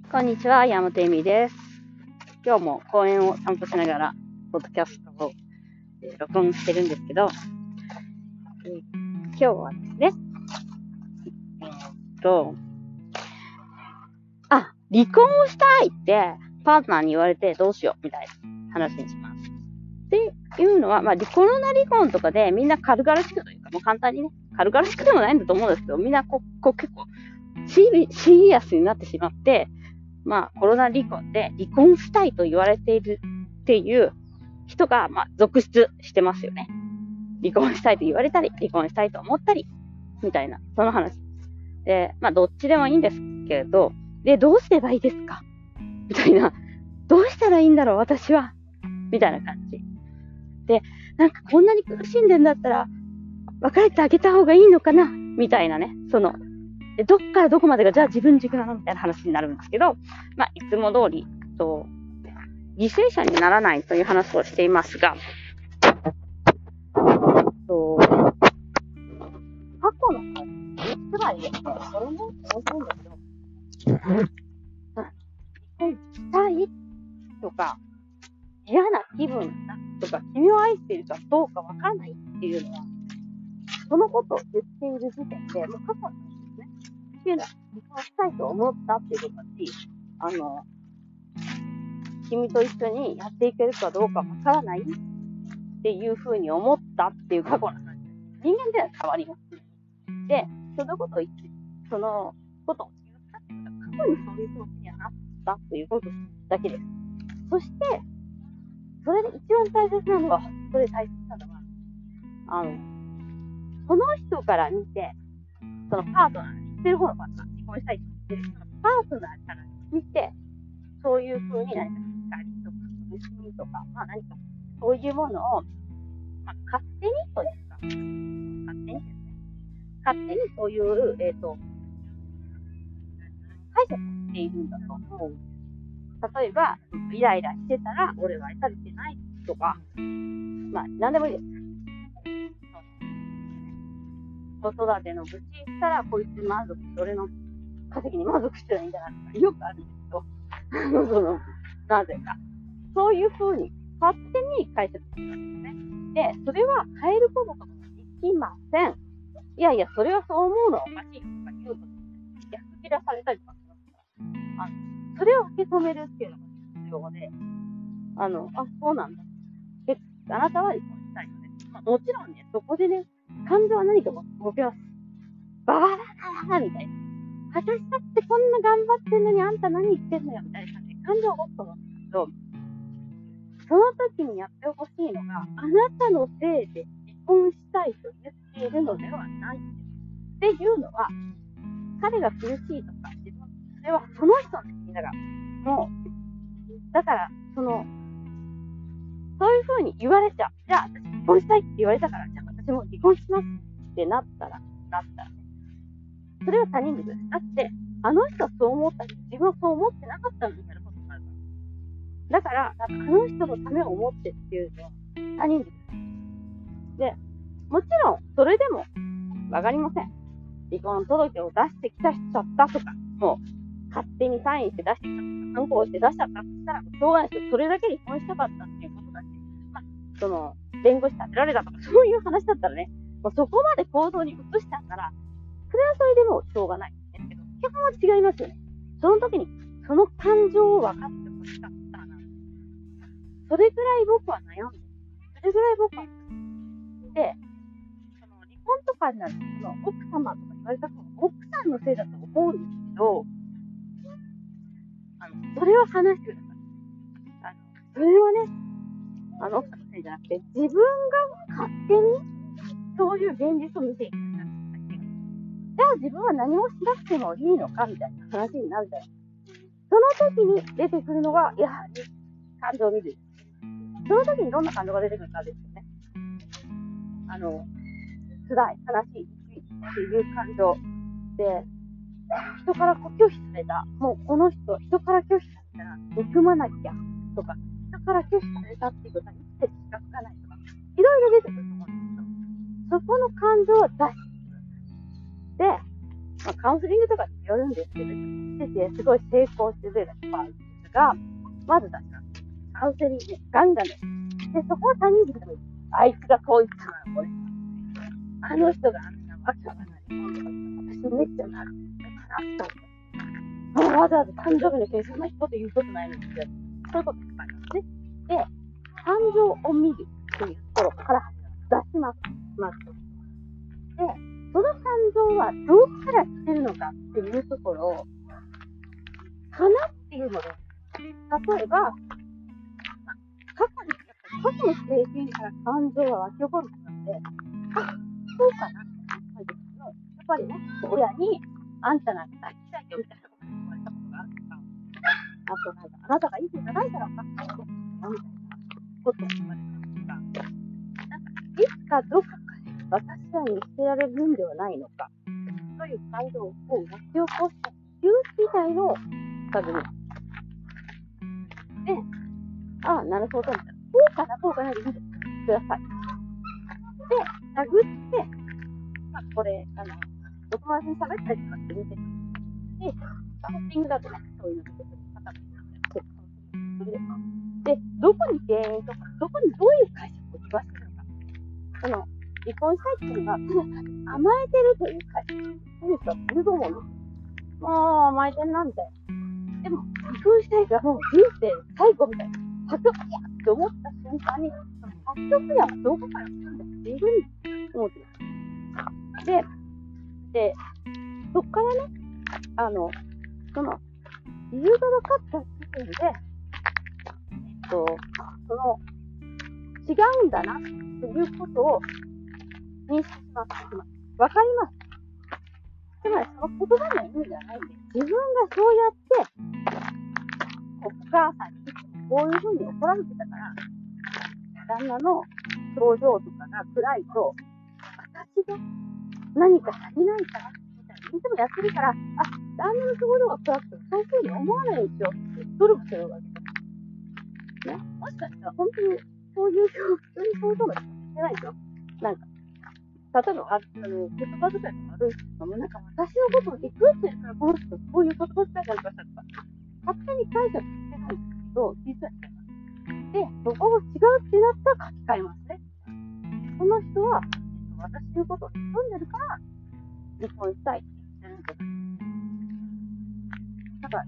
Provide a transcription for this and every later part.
こんにちは、山本恵美です。今日も公園を散歩しながら、ポッドキャストを、録音してるんですけど、今日はですね、離婚をしたいってパートナーに言われてどうしようみたいな話にします。っていうのは、コロナ離婚とかでみんな軽々しくというか、もう簡単にね、軽々しくでもないんだと思うんですけど、みんな結構シリアスになってしまって、コロナ離婚で離婚したいと言われているっていう人が、続出してますよね。離婚したいと言われたり、離婚したいと思ったり、みたいな、その話。で、どっちでもいいんですけど、で、どうすればいいですかみたいな。どうしたらいいんだろう私はみたいな感じ。で、こんなに苦しんでんだったら、別れてあげた方がいいのかなみたいなね。どっからどこまでがじゃあ自分軸なのみたいな話になるんですけど、いつも通り、犠牲者にならないという話をしていますが、過去の話、つまりですね、それも面白いんですよ。したいとか、嫌な気分だとか、君を愛しているかどうかわからないっていうのは、そのことを言っている時点で、もう過去の話ですね。っていうのは、離婚したいと思ったっていうことだし、君と一緒にやっていけるかどうかわからないっていうふうに思ったっていう過去の話です。人間では変わります。で、そのことを言って、そのことを言ったっていうのは、過去にそういう気持ちにはなったということだけです。そして、それで一番大切なのは、その人から見て、そのパートナーに言ってる方のパートナー、離婚したいって言ってる人のパートナーから見て、そういう風に何か光とか苦しみとか、何かそういうものを、勝手にというか、勝手にそういう、解釈をしているんだと思う。例えば、イライラしてたら、俺は愛されてないとか、何でもいいです。子育ての愚痴したら、こいつ満足して、俺の稼ぎに満足してないんだなとか、よくあるんですけど、なぜか。そういう風に、勝手に解釈するんですね。で、それは変えることができません。いやいや、それはそう思うのはおかしいとか言うと、逆切らされたりとかしますから、それを受け止めるっていうのが必要で、そうなんだ。で、あなたは離婚したいので、もちろんね、そこでね、感情は何かも動きます。ババババみたいな。私だってこんな頑張ってんのにあんた何言ってんのよみたいな感じで感情が起こすと思うんですけど、その時にやってほしいのが、あなたのせいで離婚したいと言っているのではないっていうのは、彼が苦しいとか、それはその人の責任だから、だから、そういう風に言われちゃう。じゃあ、私離婚したいって言われたから、じゃあ私も離婚しますってなったらね、それは他人軸です。だって、あの人はそう思ったり、自分はそう思ってなかったみたいなことになるから。だから、あの人のためを思ってっていうのは他人軸です。で、もちろん、それでもわかりません。離婚届を出してきたしちゃったとか、もう勝手にサインして出してきたとか、反抗して出しちゃったって言ったら、しょうがないですよ。それだけ離婚したかったっていうことだし、弁護士立てられたとか、そういう話だったらね、もうそこまで行動に移しちゃったら、それはそれでもしょうがないんですけど、基本は違いますよね。その時に、その感情を分かってほしかったな。それぐらい僕は悩んで、それぐらい僕は、で、離婚とかになると、奥様とか言われた方が奥さんのせいだと思うんですけど、それは話してください。それはね、奥さんのせいじゃなくて、自分が勝手にそういう現実を見ていくんだ。じゃあ自分は何もしなくてもいいのかみたいな話になるじゃないですか。その時に出てくるのが、やはり感情を見る。その時にどんな感情が出てくるかですよね。辛い、悲しい、っていう感情で、人から拒否された。もうこの人、人から拒否されたら憎まなきゃとか、人から拒否されたっていうことは生きてる資格がないとか、いろいろ出てくると思うんですけど、そこの感情を出してくる。で、 カウンセリングとかによるんですけど、しててすごい成功してるパーツが、まずだからカウンセリングガンガンです。で、そこを他人にも、あいつがこう言ったなら俺、あの人があんなわけわかんない私めっちゃなるから、わざわざ誕生日の日にそんなこと言うことないのにって、そういうこと書かれますね。で、感情を見るというところから出します。まず。で、その感情はどこから来てるのかっていうところを、かなっていうので、例えば、過去の経験から感情が湧き起こるので、そうかなって感じですけど、やっぱりね、親に、あんたなんか来たいよみたいなこと言われたことがあるとか、あとなんか、あなたがいい子じゃないから分かったよみたいなことを言われたりとか、なんか、いつかどこかで私は見捨てられるんではないのか、という感情を湧き起こした旧時代の数に。で、ああ、なるほどみたいな。こうかな、こうかなで見てください。で、殴って、これ、お友達に喋ったりとかして見てで、カウンティングだとね、そういうの見てくる方もいるので、カウンセリングするでで、どこに原因とか、どこにどういう解釈を言わせるのか。離婚したいっていうのが、甘えてるという解釈。そういう人はいると思うの。もう甘えてんな、みたいな。でも、離婚したいからもう人生最後みたいな。作曲やって思った瞬間に、作曲やはどこから来るんだっていうふうに思ってます。で、そっからね、その、理由が分かった時点で、違うんだな、ということを認識します。分かります。つまり、その言葉の意味じゃないんで、自分がそうやって、お母さんにこういうふうに怒られてたから、旦那の表情とかが暗いと、私が何か足りないからみたいな、いつもやってるから、旦那の表情が暗くて、そういうふうに思わないようにしようって努力してるわけです。ね、もしかしたら本当にそういう普通に表情がしてないでしょ。なんか、例えば、言葉遣いが悪い人も、なんか私のことをリクエストしてるから、この人、こういう言葉遣いがあるからとか、勝手に解釈してないんですけど、実は違います。で、そこが違うってなったら書き換えますね。その人は、私のことを憎んでるから、離婚したいって言ってるんじゃない。だから、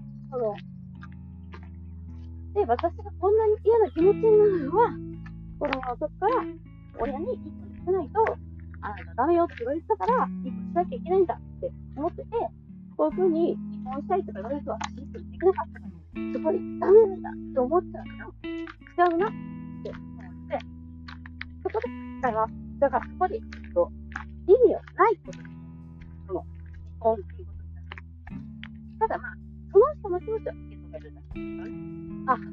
で、私がこんなに嫌な気持ちになるのは、子供の時から親にいい子にしてないと、あなたダメよって言われてたから、いい子しなきゃいけないんだって思ってて、こういうふうに離婚したいとか言われると私いい子にできなかったから、そこにダメなんだって思っちゃうけど、違うなって思って、そこで使います。だからそこで、意味はないことです。その、離婚っていうことになる。ただその人の気持ちを受け止めるだけですからね。そうです。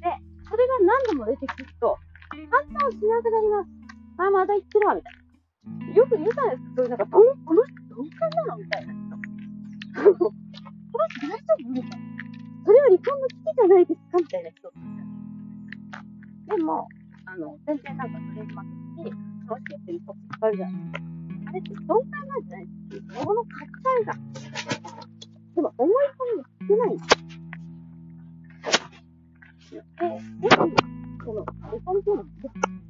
で、それが何度も出てくると、判断をしなくなります。まだ言ってるわ、みたいな。よく言うじゃないですか、そういうなんか、この人鈍感なのみたいな人。この人大丈夫みたいな。それは離婚の危機じゃないですかみたいな人。でも、全然なんかそれに負けて、楽しくやってる人っていっぱいいるじゃないですか。あれって鈍感なんじゃないですか。物の書き換えが。でも、思い込みが少ないんです。で、この離婚っていうのも、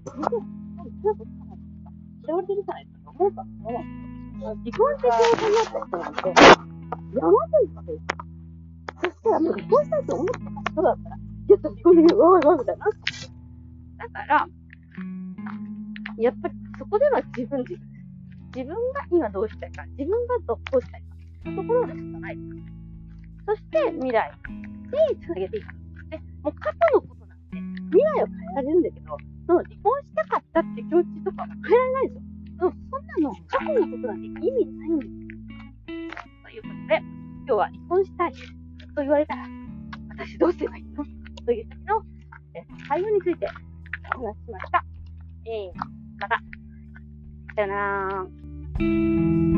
嫌われてるじゃないですか。思うかも、離婚的な考えた人なんて、山というわけです。そしたらもう離婚したいと思ってた人だったら、ちょっと離婚できる、わみたいな。だから、やっぱりそこでは自分です。自分が今どうしたいか、自分がどうしたいか、そういうところでしかない。そして未来につなげていく。で、もう過去のことなんて未来を変えられるんだけど、その離婚したかったって気持ちとかは変えられないですよ。そんなの過去のことなんて意味ないんです。ということで、今日は離婚したいと言われたら、私どうすればいいのという時の対応についてお話ししました。また。さよなら。